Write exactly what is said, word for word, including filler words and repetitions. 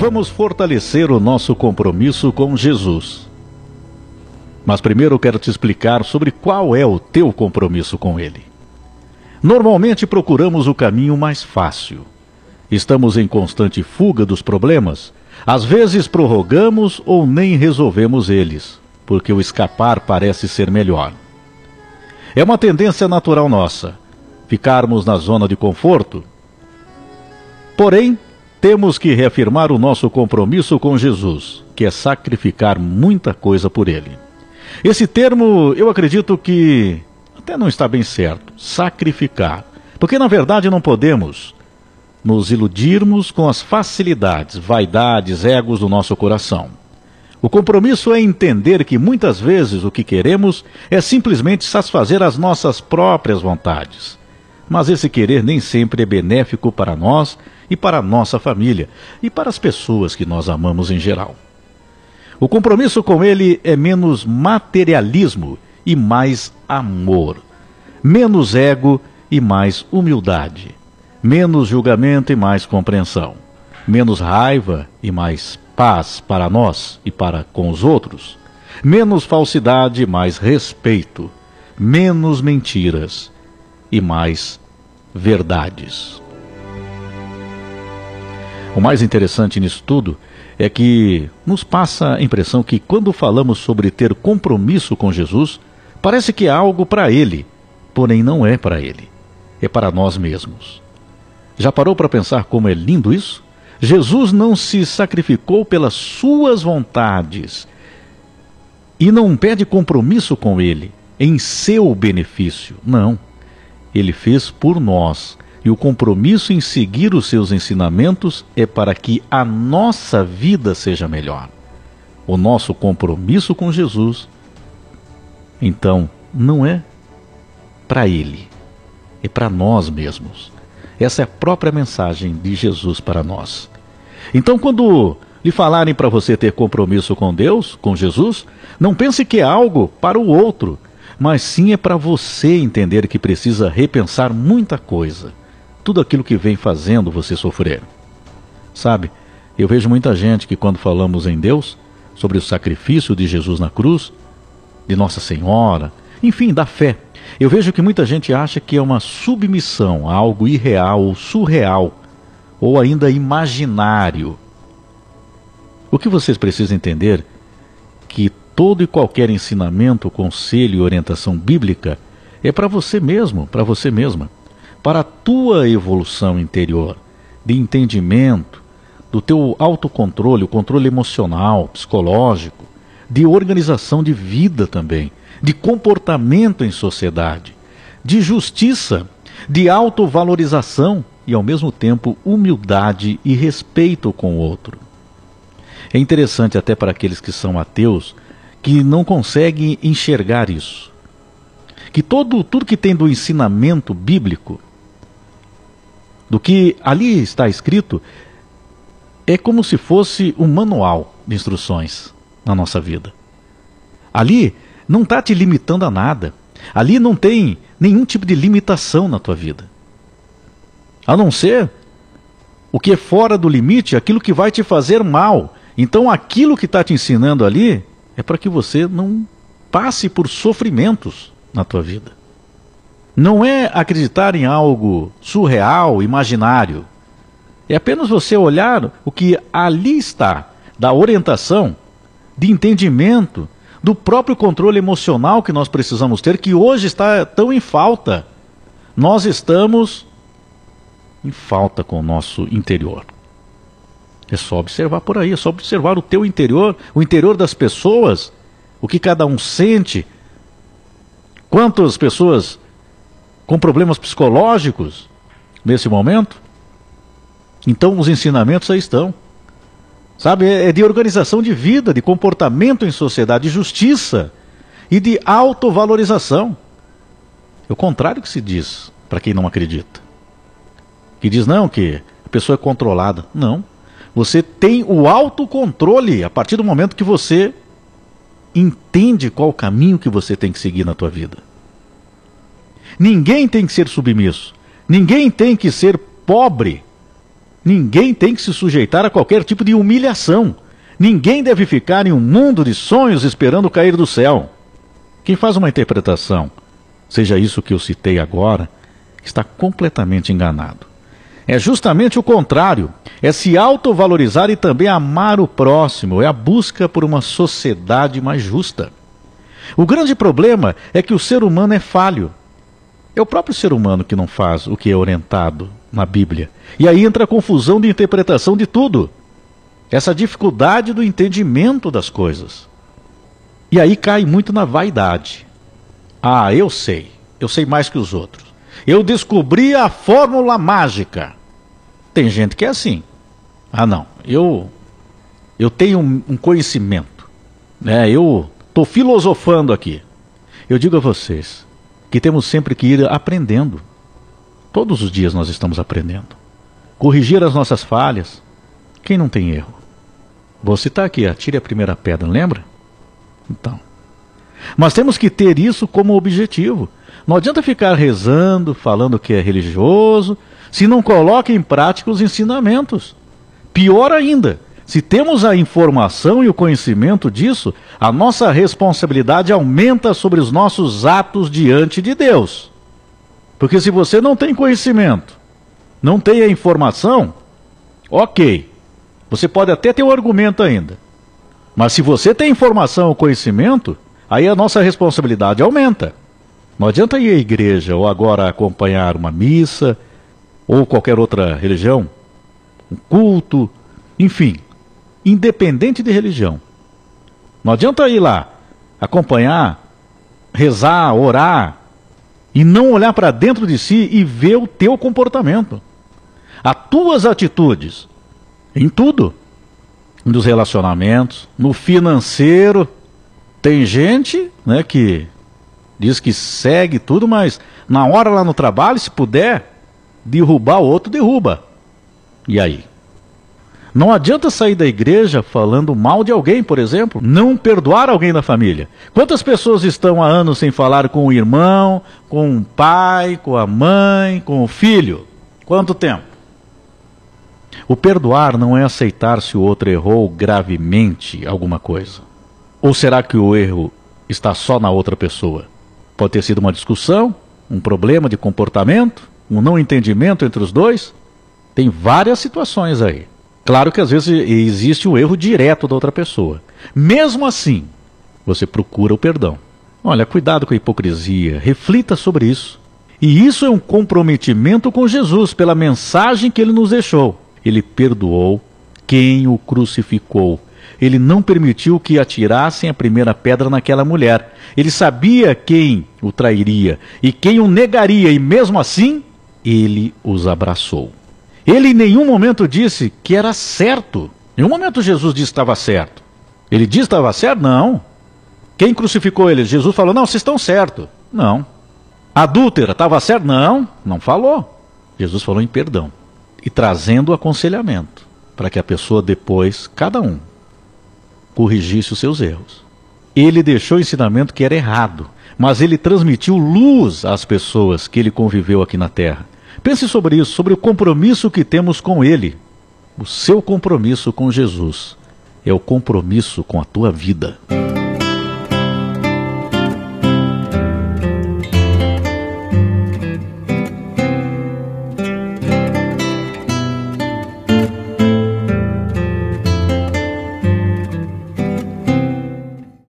Vamos fortalecer o nosso compromisso com Jesus. Mas primeiro eu quero te explicar sobre qual é o teu compromisso com Ele. Normalmente procuramos o caminho mais fácil. Estamos em constante fuga dos problemas. Às vezes prorrogamos ou nem resolvemos eles, porque o escapar parece ser melhor. É uma tendência natural nossa, ficarmos na zona de conforto. Porém, temos que reafirmar o nosso compromisso com Jesus, que é sacrificar muita coisa por Ele. Esse termo, eu acredito que até não está bem certo, sacrificar. Porque na verdade não podemos nos iludirmos com as facilidades, vaidades, egos do nosso coração. O compromisso é entender que muitas vezes o que queremos é simplesmente satisfazer as nossas próprias vontades. Mas esse querer nem sempre é benéfico para nós e para a nossa família e para as pessoas que nós amamos em geral. O compromisso com Ele é menos materialismo e mais amor, menos ego e mais humildade, menos julgamento e mais compreensão, menos raiva e mais paz para nós e para com os outros, menos falsidade e mais respeito, menos mentiras e mais verdades. O mais interessante nisso tudo é que nos passa a impressão que quando falamos sobre ter compromisso com Jesus, parece que é algo para Ele, porém não é para Ele, é para nós mesmos. Já parou para pensar como é lindo isso? Jesus não se sacrificou pelas suas vontades e não pede compromisso com Ele em seu benefício, não. Ele fez por nós. E o compromisso em seguir os seus ensinamentos é para que a nossa vida seja melhor. O nosso compromisso com Jesus, então, não é para Ele, é para nós mesmos. Essa é a própria mensagem de Jesus para nós. Então, quando lhe falarem para você ter compromisso com Deus, com Jesus, não pense que é algo para o outro, mas sim é para você entender que precisa repensar muita coisa. Tudo aquilo que vem fazendo você sofrer. Sabe, eu vejo muita gente que quando falamos em Deus, sobre o sacrifício de Jesus na cruz, de Nossa Senhora, enfim, da fé, eu vejo que muita gente acha que é uma submissão a algo irreal ou surreal, ou ainda imaginário. O que vocês precisam entender é que todo e qualquer ensinamento, conselho e orientação bíblica é para você mesmo, para você mesma. Para a tua evolução interior, de entendimento, do teu autocontrole, o controle emocional, psicológico, de organização de vida também, de comportamento em sociedade, de justiça, de autovalorização e, ao mesmo tempo, humildade e respeito com o outro. É interessante até para aqueles que são ateus, que não conseguem enxergar isso. Que todo, tudo que tem do ensinamento bíblico, do que ali está escrito, é como se fosse um manual de instruções na nossa vida. Ali não está te limitando a nada. Ali não tem nenhum tipo de limitação na tua vida. A não ser o que é fora do limite, aquilo que vai te fazer mal. Então aquilo que está te ensinando ali é para que você não passe por sofrimentos na tua vida. Não é acreditar em algo surreal, imaginário. É apenas você olhar o que ali está, da orientação, de entendimento, do próprio controle emocional que nós precisamos ter, que hoje está tão em falta. Nós estamos em falta com o nosso interior. É só observar por aí, é só observar o teu interior, o interior das pessoas, o que cada um sente, quantas pessoas com problemas psicológicos nesse momento. Então os ensinamentos aí estão. Sabe, é de organização de vida, de comportamento em sociedade, de justiça e de autovalorização. É o contrário que se diz para quem não acredita. Que diz não, que a pessoa é controlada. Não. Você tem o autocontrole a partir do momento que você entende qual o caminho que você tem que seguir na tua vida. Ninguém tem que ser submisso. Ninguém tem que ser pobre Ninguém tem que se sujeitar a qualquer tipo de humilhação. Ninguém deve ficar em um mundo de sonhos esperando cair do céu. Quem faz uma interpretação, seja isso que eu citei agora, está completamente enganado. É justamente o contrário. É se autovalorizar e também amar o próximo. É a busca por uma sociedade mais justa. O grande problema é que o ser humano é falho. É o próprio ser humano que não faz o que é orientado na Bíblia. E aí entra a confusão de interpretação de tudo. Essa dificuldade do entendimento das coisas. E aí cai muito na vaidade. Ah, eu sei. Eu sei mais que os outros. Eu descobri a fórmula mágica. Tem gente que é assim. Ah, não. Eu, eu tenho um, um conhecimento. Né? Eu estou filosofando aqui. Eu digo a vocês que temos sempre que ir aprendendo. Todos os dias nós estamos aprendendo. Corrigir as nossas falhas. Quem não tem erro? Vou citar aqui, atire a primeira pedra, lembra? Então. Mas temos que ter isso como objetivo. Não adianta ficar rezando, falando que é religioso, se não coloca em prática os ensinamentos. Pior ainda, se temos a informação e o conhecimento disso, a nossa responsabilidade aumenta sobre os nossos atos diante de Deus. Porque se você não tem conhecimento, não tem a informação, ok, você pode até ter o argumento ainda. Mas se você tem informação ou conhecimento, aí a nossa responsabilidade aumenta. Não adianta ir à igreja ou agora acompanhar uma missa ou qualquer outra religião, um culto, enfim, independente de religião. Não adianta ir lá acompanhar, rezar, orar e não olhar para dentro de si e ver o teu comportamento, as tuas atitudes, em tudo, nos relacionamentos, no financeiro. Tem gente, né, que diz que segue tudo, mas na hora lá no trabalho, se puder derrubar o outro, derruba. E aí? Não adianta sair da igreja falando mal de alguém, por exemplo, não perdoar alguém da família. Quantas pessoas estão há anos sem falar com o irmão, com o pai, com a mãe, com o filho? Quanto tempo? O perdoar não é aceitar se o outro errou gravemente alguma coisa. Ou será que o erro está só na outra pessoa? Pode ter sido uma discussão, um problema de comportamento, um não entendimento entre os dois. Tem várias situações aí. Claro que às vezes existe o erro direto da outra pessoa. Mesmo assim, você procura o perdão. Olha, cuidado com a hipocrisia, reflita sobre isso. E isso é um comprometimento com Jesus pela mensagem que ele nos deixou. Ele perdoou quem o crucificou. Ele não permitiu que atirassem a primeira pedra naquela mulher. Ele sabia quem o trairia e quem o negaria, e mesmo assim, ele os abraçou. Ele em nenhum momento disse que era certo. Em nenhum momento Jesus disse que estava certo. Ele disse que estava certo? Não. Quem crucificou ele? Jesus falou, não, vocês estão certos. Não. A adúltera estava certo? Não, não falou. Jesus falou em perdão. E trazendo o aconselhamento, para que a pessoa depois, cada um, corrigisse os seus erros. Ele deixou o ensinamento que era errado, mas ele transmitiu luz às pessoas que ele conviveu aqui na terra. Pense sobre isso, sobre o compromisso que temos com ele. O seu compromisso com Jesus é o compromisso com a tua vida.